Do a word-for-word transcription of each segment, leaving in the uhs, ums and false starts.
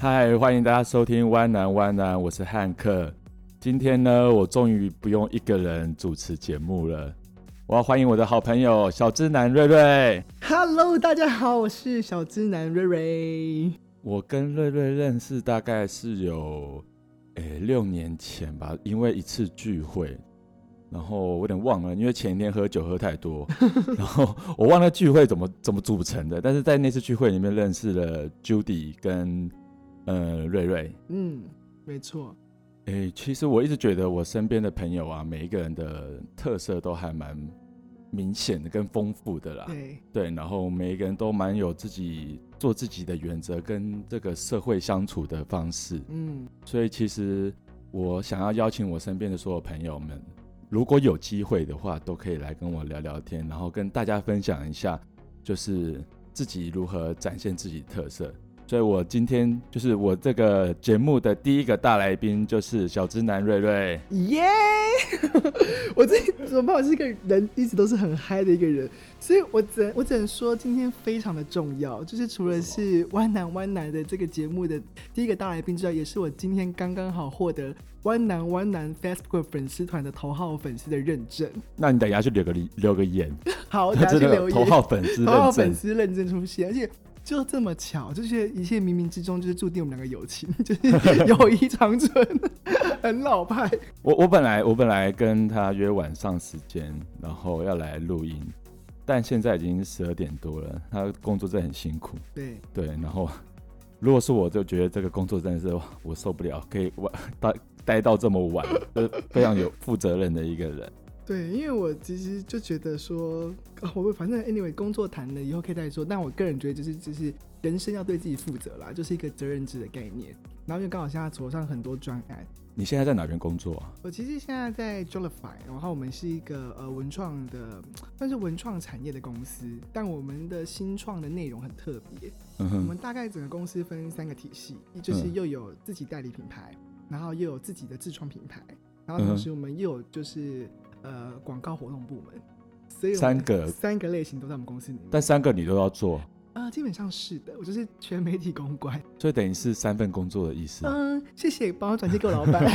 嗨，欢迎大家收听湾南湾南，我是汉克。今天呢，我终于不用一个人主持节目了，我要欢迎我的好朋友小之男瑞瑞。 Hello， 大家好，我是小之男瑞瑞。 我跟瑞瑞认识大概是有诶六年前吧，因为一次聚会，然后我有点忘了，因为前一天喝酒喝太多，然后我忘了聚会怎么怎么组成的，但是在那次聚会里面认识了 Judy 跟呃瑞瑞。 嗯，没错。 诶，其实我一直觉得我身边的朋友啊，每一个人的特色都还蛮明显的跟丰富的啦。 对对，然后每一个人都蛮有自己做自己的原则跟这个社会相处的方式。 嗯， 所以其实我想要邀请我身边的所有朋友们，如果有机会的话，都可以来跟我聊聊天，然后跟大家分享一下，就是自己如何展现自己的特色。所以我今天就是我这个节目的第一个大来宾，就是小之男瑞瑞。 耶、yeah! 我这怎么办？我是一个人一直都是很嗨的一个人，所以我只能我只能说今天非常的重要，就是除了是湾南湾南的这个节目的第一个大来宾之外，也是我今天刚刚好获得湾南湾南 Facebook 粉丝团的头号粉丝的认证。 那你等一下去留个留个言， 好，我等一下去留言。 头号粉丝认证， 头号粉丝认证出现，而且。就这么巧，就是一切冥冥之中就是注定我们两个友情，就是友谊长存，很老派。 我我本来我本来跟他约晚上时间，然后要来录音，但现在已经十二点多了，他工作真的很辛苦。 对对，然后如果是我就觉得这个工作真的是我受不了，可以待待到这么晚，就是非常有负责任的一个人。 对，因为我其实就觉得说，啊、我反正 anyway 工作谈了以后可以再说，但我个人觉得就是就是人生要对自己负责啦，就是一个责任制的概念。然后因为刚好现在手上很多专案。 你现在在哪边工作啊？ 我其实现在在 Jollify， 然后我们是一个呃文创的，算是文创产业的公司，但我们的新创的内容很特别。嗯、我们大概整个公司分三个体系，就是又有自己代理品牌，然后又有自己的自创品牌，然后同时我们又有就是呃广告活动部门，所以三个三个类型都在我们公司里面。 但三个你都要做？ 呃，基本上是的，我就是全媒体公关， 所以等于是三份工作的意思。 嗯，谢谢，帮我转接给我老板。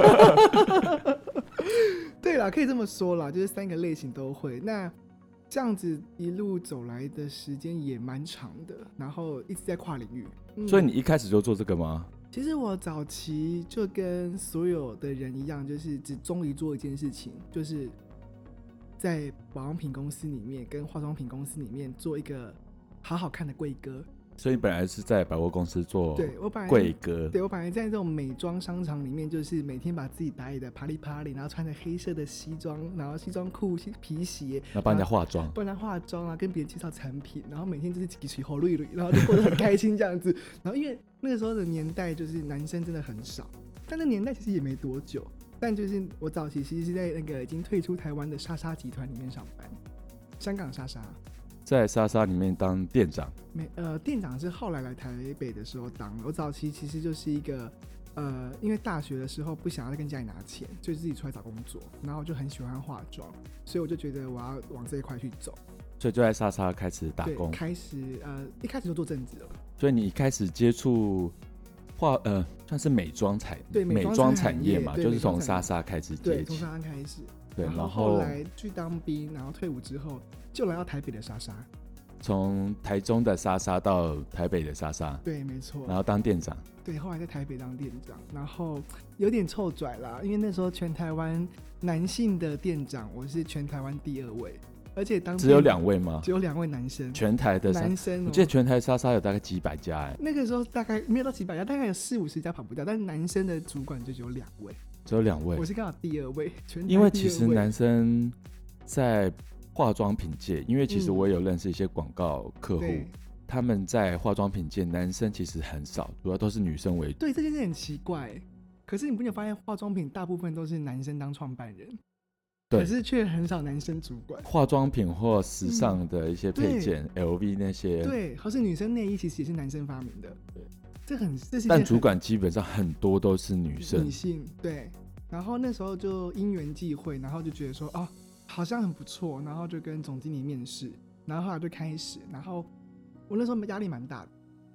对啦，可以这么说啦，就是三个类型都会。那这样子一路走来的时间也蛮长的，然后一直在跨领域。 嗯、所以你一开始就做这个吗？ 其实我早期就跟所有的人一样，就是只忠于做一件事情，就是在保养品公司里面跟化妆品公司里面做一个好好看的柜哥。 所以你本来是在百货公司做柜哥？ 对，我本来在这种美妆商场里面，就是每天把自己打理的啪里啪里，然后穿着黑色的西装，然后西装裤、皮鞋， 然后帮人家化妆， 帮人家化妆啊，跟别人介绍产品，然后每天就是几水喉绿绿，然后就过得很开心这样子。然后因为那个时候的年代，就是男生真的很少，但那年代其实也没多久。但就是我早期其实是在那个已经退出台湾的莎莎集团里面上班，香港莎莎。 在莎莎里面当店长， 没呃，店长是后来来台北的时候当的。我早期其实就是一个呃，因为大学的时候不想要再跟家里拿钱，就自己出来找工作，然后我就很喜欢化妆，所以我就觉得我要往这一块去走， 所以就在莎莎开始打工， 开始呃一开始就做正职了。 所以你一开始接触化呃算是美妆产对美妆产业嘛，就是从莎莎开始接起， 对，从莎莎开始。 对， 然后后来去当兵，然后退伍之后就来到台北的莎莎， 从台中的莎莎到台北的莎莎， 对，没错。 然后当店长， 对，后来在台北当店长，然后有点臭拽啦，因为那时候全台湾男性的店长，我是全台湾第二位，而且当只有两位吗？ 只有两位男生， 全台的男生、哦， 我记得全台莎莎有大概几百家哎， 那个时候大概没有到几百家，大概有四五十家跑不掉，但是男生的主管就只有两位。 只有两位， 我是刚好第二位，全台第二位。 因为其实男生在化妆品界，因为其实我也有认识一些广告客户、嗯，他们在化妆品界男生其实很少，主要都是女生为主。 对，这件事很奇怪，可是你不有发现化妆品大部分都是男生当创办人，可是却很少男生主管。 化妆品或时尚的一些配件、嗯、L V 那些， 对，或是女生内衣其实也是男生发明的。对。这很这是但主管基本上很多都是女生， 女性对。然后那时候就因缘际会，然后就觉得说哦，好像很不错，然后就跟总经理面试，然后后来就开始，然后我那时候压力蛮大的，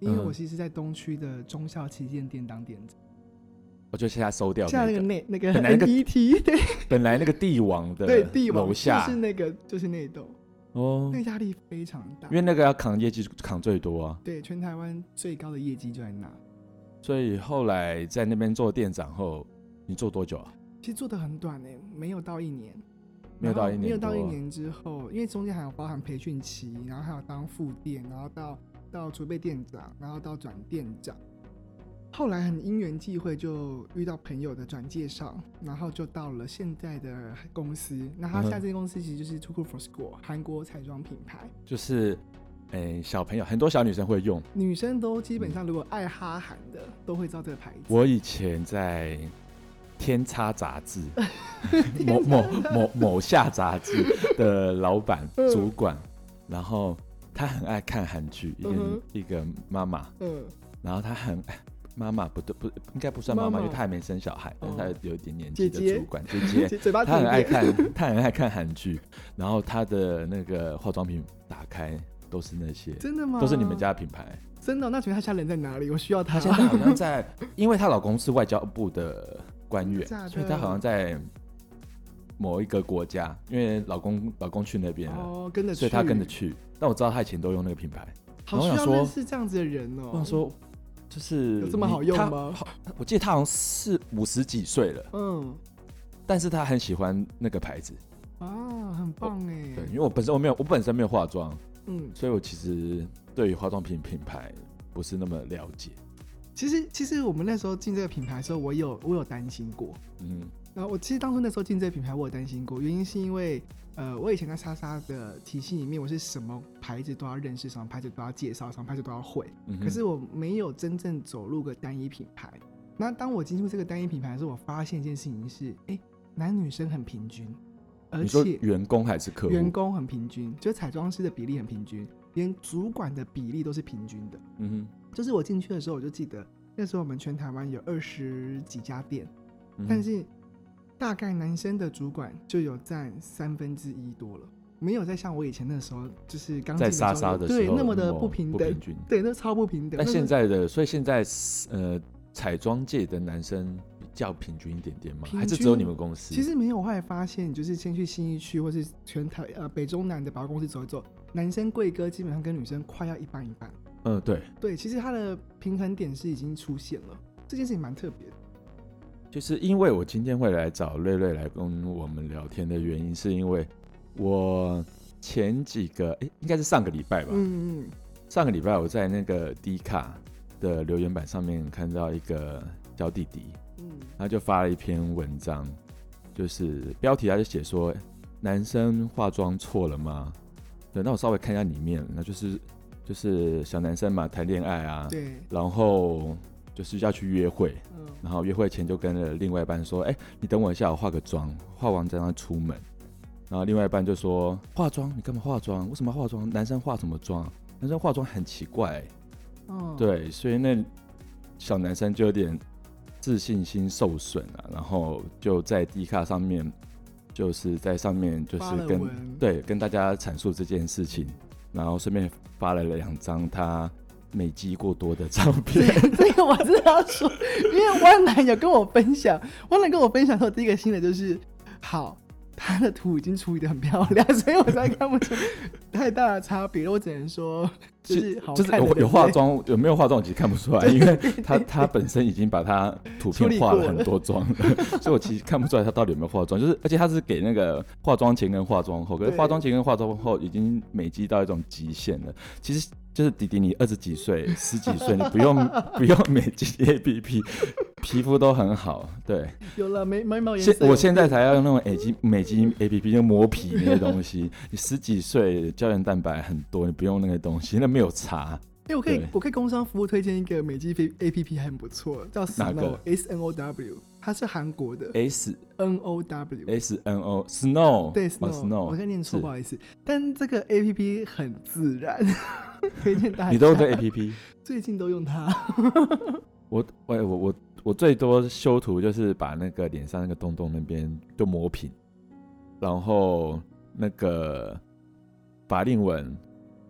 因为我其实在东区的中校旗舰店当店长。 我就现在收掉、那個， 现在那个那那个本来那个 N E T 对， 本来那个帝王的对帝王楼下就是那个就是那栋哦，那压力非常大， 因为那个要扛业绩扛最多啊。 对，全台湾最高的业绩就在那。 所以后来在那边做店长后，你做多久啊？ 其实做的很短诶、欸，没有到一年， 没有到一年， 没有到一年之后，因为中间还有包含培训期，然后还有当副店，然后到到储备店长，然后到转店长。后来很因缘际会，就遇到朋友的转介绍，然后就到了现在的公司。那他现在这间公司其实就是 Too Cool for School 韩国彩妆品牌， 就是、欸、小朋友很多小女生会用， 女生都基本上如果爱哈韩的、嗯、都会知道这个牌子。 我以前在天差杂志某某某某下杂志的老板主管，然后他很爱看韩剧，一个、嗯、一个妈妈，嗯，然后他很。妈妈不对，不应该不算妈妈，因为她还没生小孩，但是她有一点年纪的主管姐姐，姐姐她很爱看，她很爱看韩剧，然后她的那个化妆品打开都是那些， 真的吗？ 都是你们家的品牌， 真的、哦？那请问她现在人在哪里？我需要她。 她现在好像在，因为她老公是外交部的官员，所以她好像在某一个国家，因为老公老公去那边了， 哦，跟着去， 所以她跟着去。但我知道她以前都用那个品牌， 好需要认识这样子的人哦。 我想说。就是有这么好用吗？ 我记得他好像是五十几岁了，嗯，但是他很喜欢那个牌子啊，很棒哎。 对，因为我本身我没有，我本身没有化妆，嗯，所以我其实对于化妆品品牌不是那么了解。 其实，其实我们那时候进这个品牌的时候，我有我有担心过，嗯，然后我其实当初那时候进这个品牌，我有担心过，原因是因为。呃，我以前在莎莎的体系里面，我是什么牌子都要认识，什么牌子都要介绍，什么牌子都要会、嗯。可是我没有真正走入个单一品牌。那当我进入这个单一品牌的时候，我发现一件事情是，哎，男女生很平均，而且员工还是客户？ 员工很平均，就是彩妆师的比例很平均，连主管的比例都是平均的。嗯哼，就是我进去的时候，我就记得那时候我们全台湾有二十几家店，嗯、但是。大概男生的主管就有占三分之一多了，没有再像我以前那时候，就是刚进的时候， 在莎莎的时候， 对那么的不平等，不平均，对，那超不平等。 但现在的，所以现在呃，彩妆界的男生比较平均一点点吗？还是只有你们公司？ 其实没有，我后来发现，就是先去信义区或是全台呃北中南的百货公司走一走，男生贵哥基本上跟女生快要一半一半。 嗯、呃，对， 对，其实它的平衡点是已经出现了，这件事情蛮特别的。 就是因为我今天会来找瑞瑞来跟我们聊天的原因，是因为我前几个，哎、欸，应该是上个礼拜吧，嗯嗯，上个礼拜我在那个 D 卡的留言板上面看到一个小弟弟，嗯，他就发了一篇文章，就是标题他就写说男生化妆错了吗？对，那我稍微看一下里面，那就是就是小男生嘛，谈恋爱啊， 对， 然后就是要去约会。然后约会前就跟了另外一半说：“哎、欸，你等我一下，我化个妆，化完再让他出门。”然后另外一半就说：“化妆？你干嘛化妆？为什么要化妆？男生化什么妆？男生化妆很奇怪、欸。哦”对，所以那小男生就有点自信心受损啊，然后就在 D 卡上面，就是在上面就是跟对跟大家阐述这件事情，然后顺便发了两张他。美肌过多的照片， 这个我知道说，因为湾南有跟我分享，湾南跟我分享说，第一个新的就是好，他的图已经处理得很漂亮，所以我才看不出太大的差别。我只能说，就是好看的， 就是有有化妆，有没有化妆，我其实看不出来，因为他他本身已经把他图片化了很多妆了，所以我其实看不出来他到底有没有化妆。就是而且他是给那个化妆前跟化妆后，可是化妆前跟化妆后已经美肌到一种极限了。其实。就是弟弟，你二十几岁、十几岁，你不用不用美肌 A P P， 皮肤都很好。对， 有了眉眉毛颜色。 我现在才要用那种美肌美肌 A P P， 就磨皮那些东西。你十几岁胶原蛋白很多，你不用那个东西，那没有差。 哎、欸，我可以我可以工商服务推荐一个美肌 A P P 还很不错，叫 Snow S N O W， 它是韩国的 S N O W S N O Snow 对 Snow，、哦、Snow 我现在念错不好意思，但这个 A P P 很自然。推荐大家。 你都用这 A P P？ 最近都用它。 我我我我我最多修图就是把那个脸上那个洞洞那边就磨平，然后那个法令纹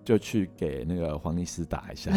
就去给那个黄医师打一下，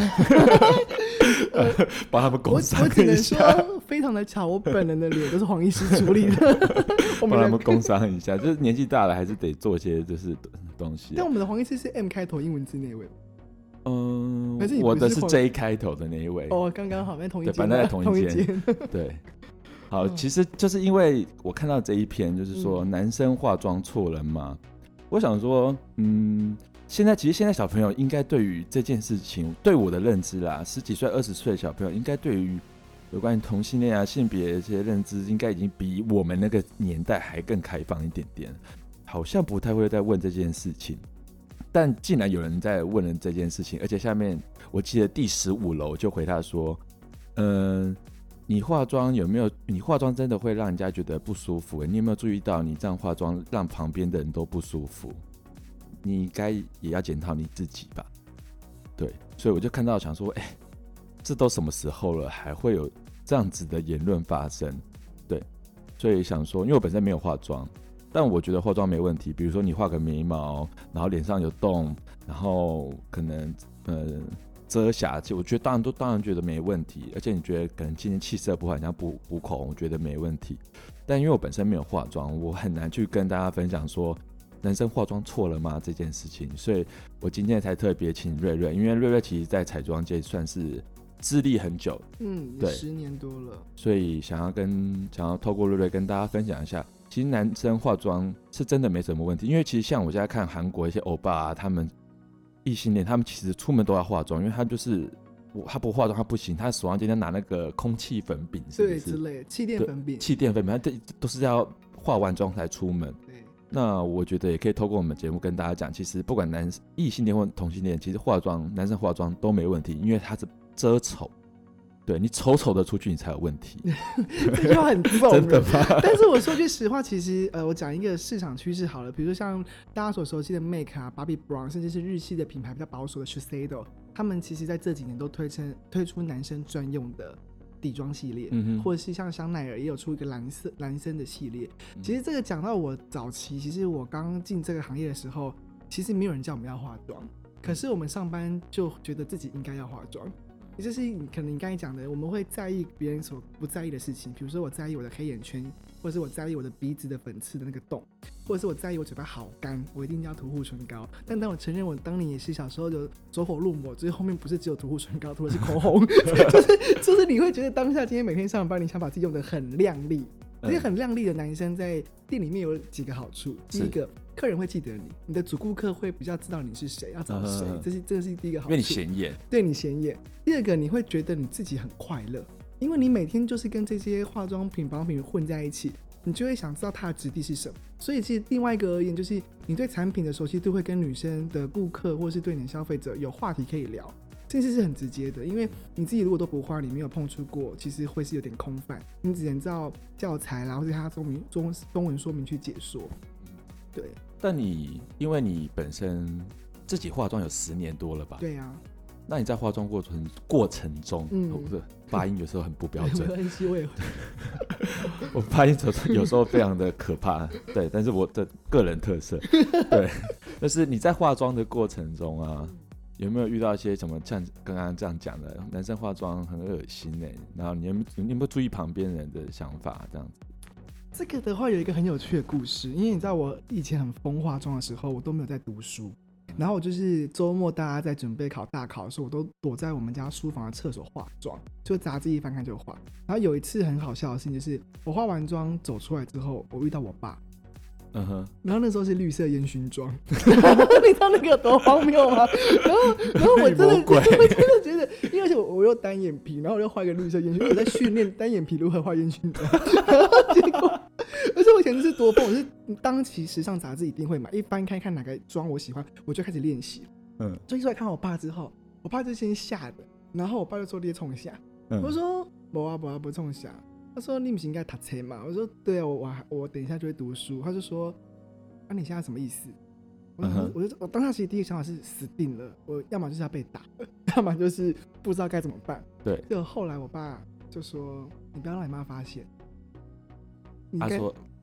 帮他们工商一下。 我只能说非常的巧，我本人的脸都是黄医师处理的， 帮他们工商一下。就是年纪大了，还是得做些就是东西、啊。 但我们的黄医师是 M 开头英文字那位。 嗯，我的是 J 开头的那一位。 哦，刚刚好，在同一间， 反正在同一间。对，好，其实就是因为我看到这一篇，就是说、嗯、男生化妆错了吗？我想说，嗯，现在其实现在小朋友应该对于这件事情，对我的认知啦，十几岁、二十岁的小朋友，应该对于有关于同性恋啊、性别这些认知，应该已经比我们那个年代还更开放一点点，好像不太会再问这件事情。但竟然有人在问了这件事情，而且下面我记得第十五楼就回他说：“嗯、呃，你化妆有没有？你化妆真的会让人家觉得不舒服？你有没有注意到你这样化妆让旁边的人都不舒服？你应该也要检讨你自己吧？”对，所以我就看到想说，哎、欸，这都什么时候了，还会有这样子的言论发生？对，所以想说，因为我本身没有化妆。但我觉得化妆没问题，比如说你画个眉毛，然后脸上有洞，然后可能呃遮瑕，我觉得当然都当然觉得没问题，而且你觉得可能今天气色不好，像补补口红，我觉得没问题。但因为我本身没有化妆，我很难去跟大家分享说男生化妆错了吗这件事情，所以我今天才特别请瑞瑞，因为瑞瑞其实在彩妆界算是资历很久， 嗯， 对， 十年多了， 所以想要跟想要透过瑞瑞跟大家分享一下。其实男生化妆是真的没什么问题，因为其实像我现在看韩国一些欧巴啊，他们异性恋，他们其实出门都要化妆，因为他就是他不化妆他不行，他手上今天拿那个空气粉饼是不是， 对之类的气垫粉饼， 气垫粉饼，他都是要化完妆才出门。 对， 那我觉得也可以透过我们节目跟大家讲，其实不管男异性恋或同性恋，其实化妆男生化妆都没问题，因为他是遮丑。对，你丑丑的出去你才有问题。 这句话很重， 真的吗？ 但是我说句实话，其实呃，我讲一个市场趋势好了，比如说像大家所熟悉的 Make 啊、Bobbi Brown， 甚至是日系的品牌比较保守的 Shiseido， 他们其实在这几年都推成推出男生专用的底妆系列，嗯、或者是像香奈儿也有出一个蓝色蓝生的系列。嗯、其实这个讲到我早期，其实我刚进这个行业的时候，其实没有人叫我们要化妆，可是我们上班就觉得自己应该要化妆。也就是可能你刚才讲的，我们会在意别人所不在意的事情，比如说我在意我的黑眼圈，或者是我在意我的鼻子的粉刺的那个洞，或者是我在意我嘴巴好干，我一定要涂护唇膏。但当我承认我当年也是小时候有走火入魔，就是后面不是只有涂护唇膏，涂的是口红，就是就是你会觉得当下今天每天上班，你想把自己用得很亮丽。而且很亮丽的男生在店里面有几个好处，第一个，客人会记得你，你的主顾客会比较知道你是谁，要找谁，这是这是第一个好处， 因为你显眼， 对你显眼。第二个，你会觉得你自己很快乐，因为你每天就是跟这些化妆品、保养品混在一起，你就会想知道它的质地是什么。所以其实另外一个而言，就是你对产品的熟悉度会跟女生的顾客或是对你的消费者有话题可以聊。这件事是很直接的，因为你自己如果都不画，你没有碰触过，其实会是有点空泛，你只能照教材啦，或者它中文中中文说明去解说。对。 但你因为你本身自己化妆有十年多了吧？ 对啊。 那你在化妆过程过程中，嗯，我的发音有时候很不标准。 没关系，我也会。 我发音有时候非常的可怕，对，但是我的个人特色，对，就是你在化妆的过程中啊。有没有遇到一些什么像刚刚这样讲的，男生化妆很恶心哎、欸，然后你有没有你有没有注意旁边人的想法这样子？ 这个的话有一个很有趣的故事，因为你知道我以前很疯化妆的时候，我都没有在读书，然后我就是周末大家在准备考大考的时候，我都躲在我们家书房的厕所化妆，就杂志一翻开就化。然后有一次很好笑的事情就是，我化完妆走出来之后，我遇到我爸。 嗯哼， 然后那时候是绿色烟熏妆，你知道那个有多荒谬吗？然后，然后我真的，我真的觉得，因为而且 我, 我又单眼皮，然后我又画一个绿色烟熏，因为我在训练单眼皮如何画烟熏妆。然后结果，而且我以前就是多疯，我是当期时尚杂志一定会买，一翻开看哪个妆我喜欢，我就开始练习。嗯，所以出来看我爸之后，我爸就先吓的，然后我爸就说：“你冲下。”我说：“不啊不啊不冲下。”他说：“你不是应该读册嘛？”我说：“对啊，我我我等一下就会读书。”他就说：“啊，你现在什么意思？”我就、uh-huh. 我, 就我当下其实第一个想法是死定了，我要么就是要被打，要么就是不知道该怎么办。 对， 就后来我爸就说：“你不要让你妈发现。” 他说：“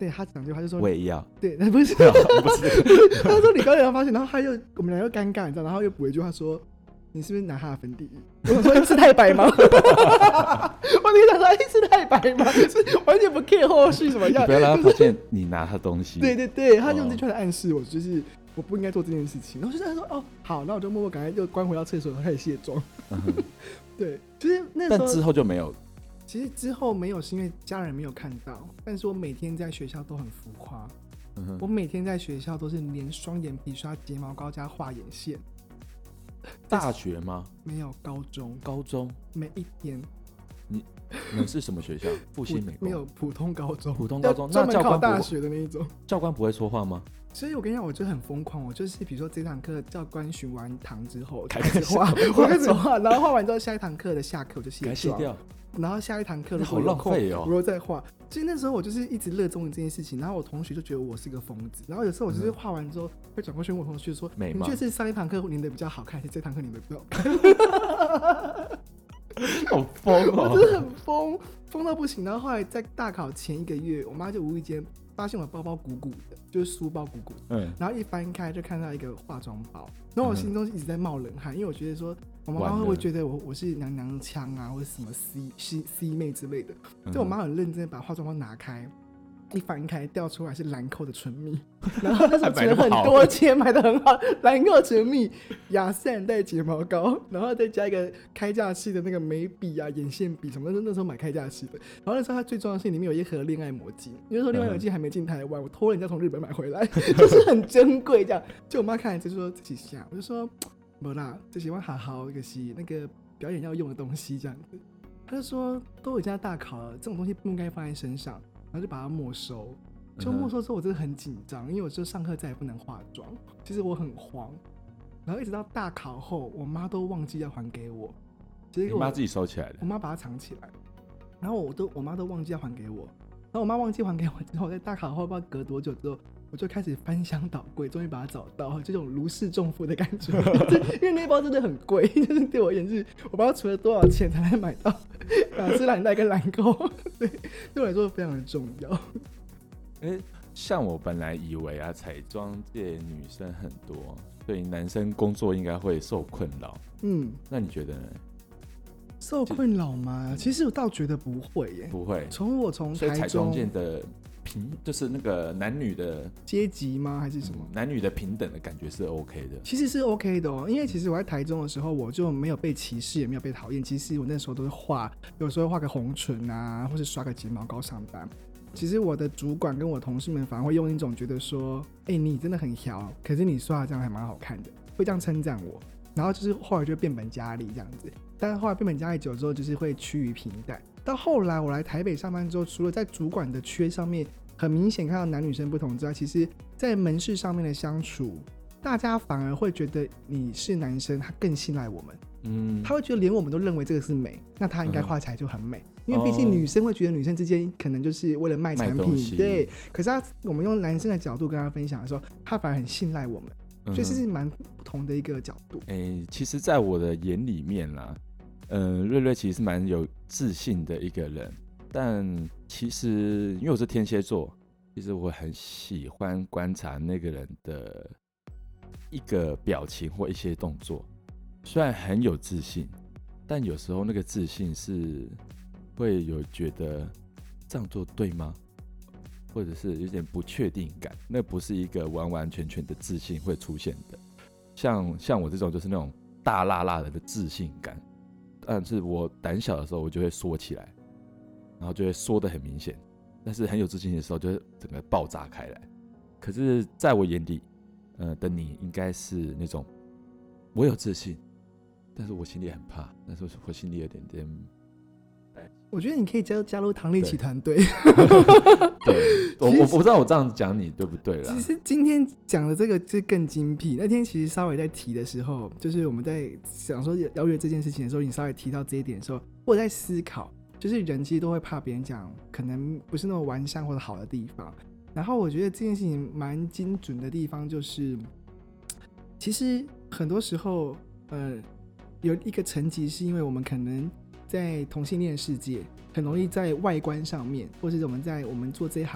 对他讲句话就说我也要， 对，不是不是他说你高点发现，然后他又我们俩又尴尬，你知道，然后又补一句话说你是不是拿他的粉底液？我说是太白吗？我那个想说哎是太白吗？是完全不 care 后续什么样， 不要让他发现你拿他东西。 对对对，他用这句话来暗示我，就是我不应该做这件事情。然后就在说哦好，那我就默默赶快又关回到厕所开始卸妆。嗯、对，就是那时候。 但之后就没有。 其实之后没有，是因为家人没有看到。但是我每天在学校都很浮夸，嗯、我每天在学校都是连双眼皮刷、睫毛膏加画眼线。 大学吗？ 没有，高中。 高中每一天。 你你是什么学校？复兴美工？ 没有，普通高中。 普通高中， 专门考大学的那一种。 教官不会说话吗？ 所以我跟你讲，我就很疯狂。我就是比如说这堂课教官巡完堂之后开始画，我开始画，然后画完之后下一堂课的下课我就卸卸掉。 然后下一堂课好浪费哦， 我又再画。所以那时候我就是一直热衷于这件事情，然后我同学就觉得我是个疯子。然后有时候我就是画完之后、嗯、会转过去问我同学说：“你觉得是上一堂课粘的比较好看，还是这堂课粘的比较好看？” 好疯哦， 我真的很疯，疯到不行。然后后来在大考前一个月，我妈就无意间发现我包包鼓鼓的，就是书包鼓鼓的，嗯，然后一翻开就看到一个化妆包，然后我心中一直在冒冷汗，因为我觉得说。我妈妈会不会觉得我我是娘娘腔啊，或者什么 C C C 妹之类的？就我妈很认真把化妆包拿开，一翻开掉出来是兰蔻的唇蜜，然后那时候存很多钱买的很好，兰蔻唇蜜、雅诗带睫毛膏，然后再加一个开架器的那个眉笔啊、眼线笔什么的，那时候买开架器的。然后那时候它最重要的是里面有一盒恋爱魔镜，因为说恋爱魔镜还没进台湾，我托人家从日本买回来，就是很珍贵这样。就我妈看来就说自己下，我就说。没啦，就喜欢好好一个是那个表演要用的东西这样子。他就说都已经要大考了，这种东西不应该放在身上，然后就把它没收。就没收之后我真的很紧张，因为我就上课再也不能化妆，其实我很慌。然后一直到大考后，我妈都忘记要还给我。其实我你妈自己收起来了， 我妈把它藏起来，然后我都我妈都忘记要还给我。然后我妈忘记还给我之后，在大考后不知道隔多久之后。我就开始翻箱倒柜，终于把它找到，这种如释重负的感觉。因为那包真的很贵，就是对我而言是，我不知道存了多少钱才能买到雅诗兰黛跟兰蔻，对，对我来说非常的重要。 欸、像我本来以为啊，彩妆界女生很多，所以男生工作应该会受困扰。嗯，那你觉得呢？ 受困扰吗？其实我倒觉得不会耶， 不会。 从我从所以彩妆界的平就是那个男女的阶级吗？还是什么、嗯？ 男女的平等的感觉是 OK 的。 其实是 OK 的哦，因为其实我在台中的时候，我就没有被歧视，也没有被讨厌。其实我那时候都是画，有时候画个红唇啊，或是刷个睫毛膏上班。其实我的主管跟我同事们反而会用一种觉得说，哎、欸，你真的很挑，可是你刷的这样还蛮好看的，会这样称赞我。然后就是后来就变本加厉这样子，但是后来变本加厉久之后，就是会趋于平淡。到后来我来台北上班之后，除了在主管的缺上面很明显看到男女生不同之外，其实在门市上面的相处，大家反而会觉得你是男生，他更信赖我们。嗯，他会觉得连我们都认为这个是美，那他应该画起来就很美。嗯、因为毕竟女生会觉得女生之间可能就是为了卖产品，对。可是他我们用男生的角度跟他分享的时候，他反而很信赖我们。所以是蛮不同的一个角度。 哎、欸，其实，在我的眼里面啦，呃，瑞瑞其实是蛮有自信的一个人。但其实，因为我是天蝎座，其实我很喜欢观察那个人的一个表情或一些动作。虽然很有自信，但有时候那个自信是会有觉得这样做对吗？或者是有点不确定感，那不是一个完完全全的自信会出现的。像像我这种就是那种大辣辣的自信感，但是我胆小的时候我就会缩起来，然后就会缩得很明显。但是很有自信的时候就会整个爆炸开来。可是在我眼里，呃的你应该是那种我有自信，但是我心里很怕，但是我心里有点点。 我觉得你可以 加, 加入唐立淇团队。 对，我我不知道我这样讲你对不对啦。 其实今天讲的这个是更精辟。那天其实稍微在提的时候，就是我们在想说邀约这件事情的时候，你稍微提到这一点的时候，我在思考，就是人其实都会怕别人讲可能不是那么完善或者好的地方。然后我觉得这件事情蛮精准的地方，就是其实很多时候，呃，有一个层级是因为我们可能。在同性恋世界很容易在外观上面，或是我们在我们做这一行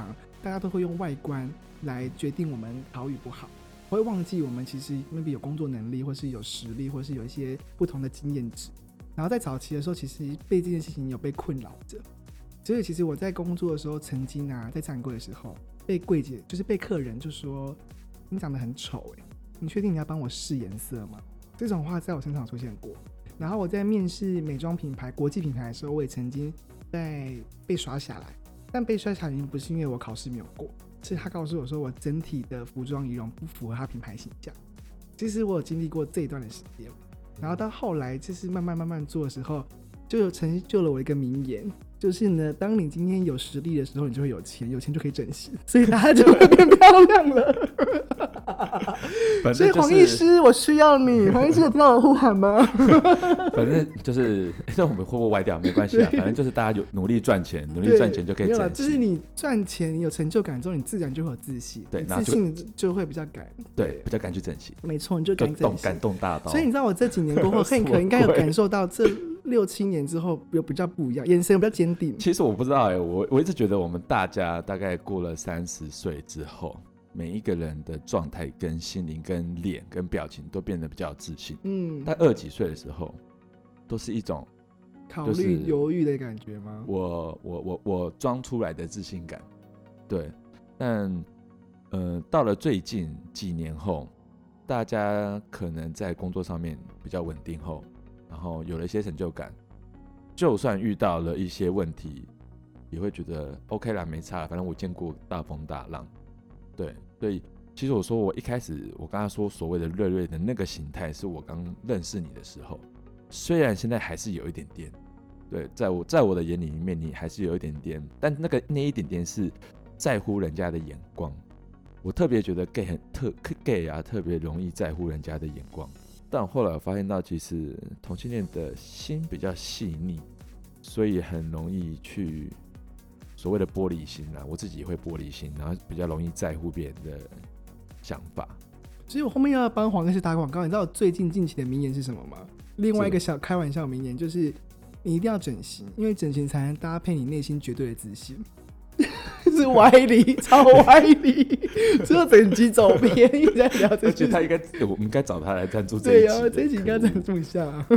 大家都会用外观来决定我们好与不好，会忘记我们其实 maybe 有工作能力，或是有实力，或是有一些不同的经验值。然后在早期的时候，其实被这件事情有被困扰着。所以其实我在工作的时候，曾经啊，在站柜的时候，被柜姐就是被客人就说：“你长得很丑哎、欸，你确定你要帮我试颜色吗？”这种话在我身上出现过。然后我在面试美妆品牌、国际品牌的时候，我也曾经在被刷下来。但被刷下来原因不是因为我考试没有过，是他告诉我说我整体的服装仪容不符合他品牌形象。其实我有经历过这一段的时间，然后到后来就是慢慢慢慢做的时候，就有成就了我一个名言，就是呢，当你今天有实力的时候，你就会有钱，有钱就可以整形，所以大家就会变漂亮了。就是、所以黄医师，我需要你。黄医师有听到我呼喊吗？ 反正就是这我们会不会歪掉没关系啊，反正就是大家有努力赚钱，努力赚钱就可以整形。 就是你赚钱，你有成就感之后，你自然就会有自信，对，自信就会比较敢， 对，比较敢去整形。 没错，你就敢整形， 感动大刀。 所以你知道我这几年过后，Hank 应该有感受到这六七年之后有比较不一样，眼神比较坚定。 其实我不知道哎、欸，我我一直觉得我们大家大概过了三十岁之后，每一个人的状态跟心灵跟脸跟表情都变得比较有自信。嗯，但二十几岁的时候，都是一种考虑犹豫的感觉吗？ 我我我我装出来的自信感，对。但呃，到了最近几年后，大家可能在工作上面比较稳定后，然后有了一些成就感，就算遇到了一些问题，也会觉得 OK 啦，没差，反正我见过大风大浪。对，所以其实我说我一开始我刚才说所谓的瑞瑞的那个形态，是我刚认识你的时候，虽然现在还是有一点点，对，在我在我的眼里面你还是有一点点，但那个那一点点是在乎人家的眼光。我特别觉得 gay 很特 gay 啊，特别容易在乎人家的眼光。但我后来我发现到，其实同性恋的心比较细腻，所以很容易去所谓的玻璃心啦。我自己也会玻璃心，然后比较容易在乎别人的想法。 所以我后面要帮黄医师打广告，你知道我最近近期的名言是什么吗？另外一个小开玩笑名言就是：你一定要整形，因为整形才能搭配你内心绝对的自信。是歪理，超歪理，只有整集走偏，一直在聊这句。 我觉得他应该，我们应该找他来赞助这一集。对啊，这一集应该赞助一下。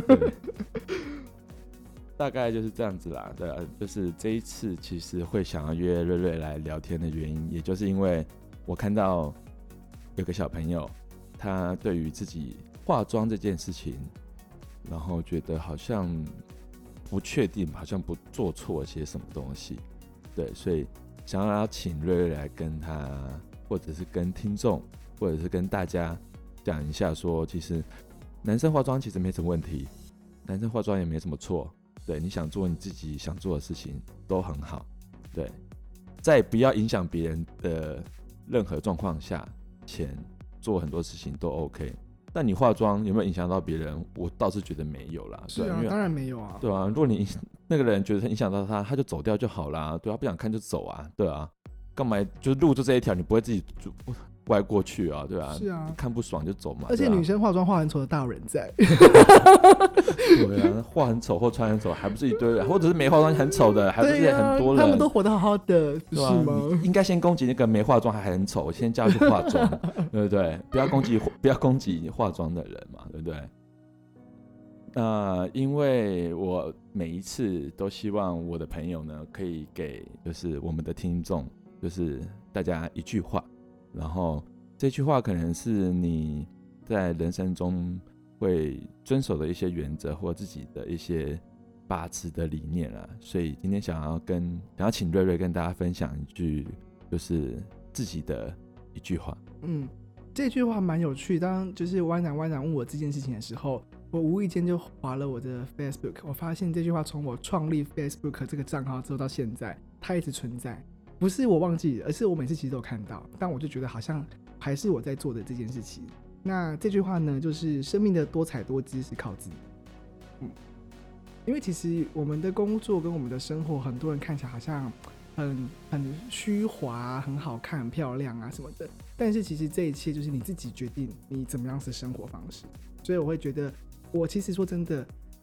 大概就是这样子啦，对啊，就是这一次其实会想要约瑞瑞来聊天的原因，也就是因为我看到有个小朋友，他对于自己化妆这件事情，然后觉得好像不确定，好像不做错些什么东西。对，所以想要请瑞瑞来跟他，或者是跟听众，或者是跟大家讲一下说，其实男生化妆其实没什么问题，男生化妆也没什么错。对，你想做你自己想做的事情都很好。对，在不要影响别人的任何状况下，前做很多事情都 OK。但你化妆有没有影响到别人？我倒是觉得没有啦。 是啊，当然没有啊。 对啊，如果你那个人觉得影响到他，他就走掉就好啦。对啊，不想看就走啊。对啊，干嘛就是路就这一条，你不会自己歪过去啊？对啊， 是啊， 看不爽就走嘛。 而且女生化妆化很丑的大有人在。 对啊，化很丑或穿很丑，还不是一堆人，或者是没化妆很丑的，还不是很多人。 啊、他们都活得好好的，不是吗？ 啊、应该先攻击那个没化妆还很丑，先叫他去化妆，对不对？不要攻击，不要攻击化妆的人嘛，对不对？那、呃、因为我每一次都希望我的朋友呢，可以给就是我们的听众，就是大家一句话，然后这句话可能是你在人生中会遵守的一些原则，或自己的一些把持的理念啊。所以今天想要跟想要请瑞瑞跟大家分享一句，就是自己的一句话。 嗯，这句话蛮有趣。当就是湾长湾长问我这件事情的时候，我无意间就滑了我的 Facebook， 我发现这句话从我创立 Facebook 这个账号之后到现在，它一直存在。不是我忘记了，而是我每次其实都有看到，但我就觉得好像还是我在做的这件事情。那这句话呢，就是生命的多彩多姿是靠自己。嗯，因为其实我们的工作跟我们的生活，很多人看起来好像很很虚华、很好看、很漂亮啊什么的，但是其实这一切就是你自己决定你怎么样的生活方式。所以我会觉得，我其实说真的，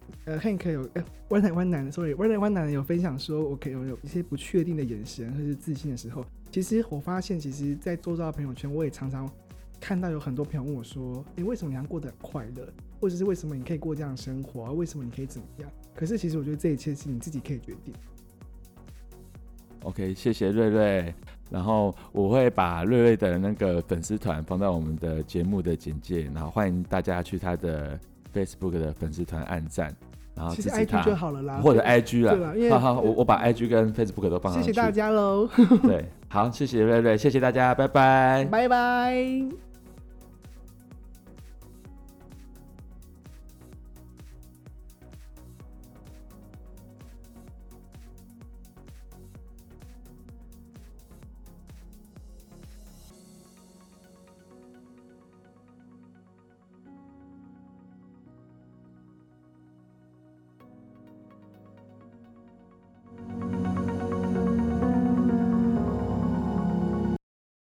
呃 Hank 有呃湾南湾南 sorry 湾南湾南有分享说，我可以有一些不确定的眼神或是自信的时候，其实我发现，其实，在周遭的朋友圈，我也常常看到有很多朋友问我说：“哎、欸，为什么你要过得很快乐？或者是为什么你可以过这样的生活、啊？为什么你可以怎么样？”可是其实我觉得这一切是你自己可以决定。 OK， 谢谢瑞瑞。然后我会把瑞瑞的那个粉丝团放在我们的节目的简介，然后欢迎大家去他的 Facebook 的粉丝团按赞，然后支持他。 其实 I G 就好了啦， 或者 I G 啦。 对啦，因为好好，我我把 I G 跟 Facebook 都放上去。 谢谢大家喽。 对，好，谢谢瑞瑞，谢谢大家，拜拜， 拜拜。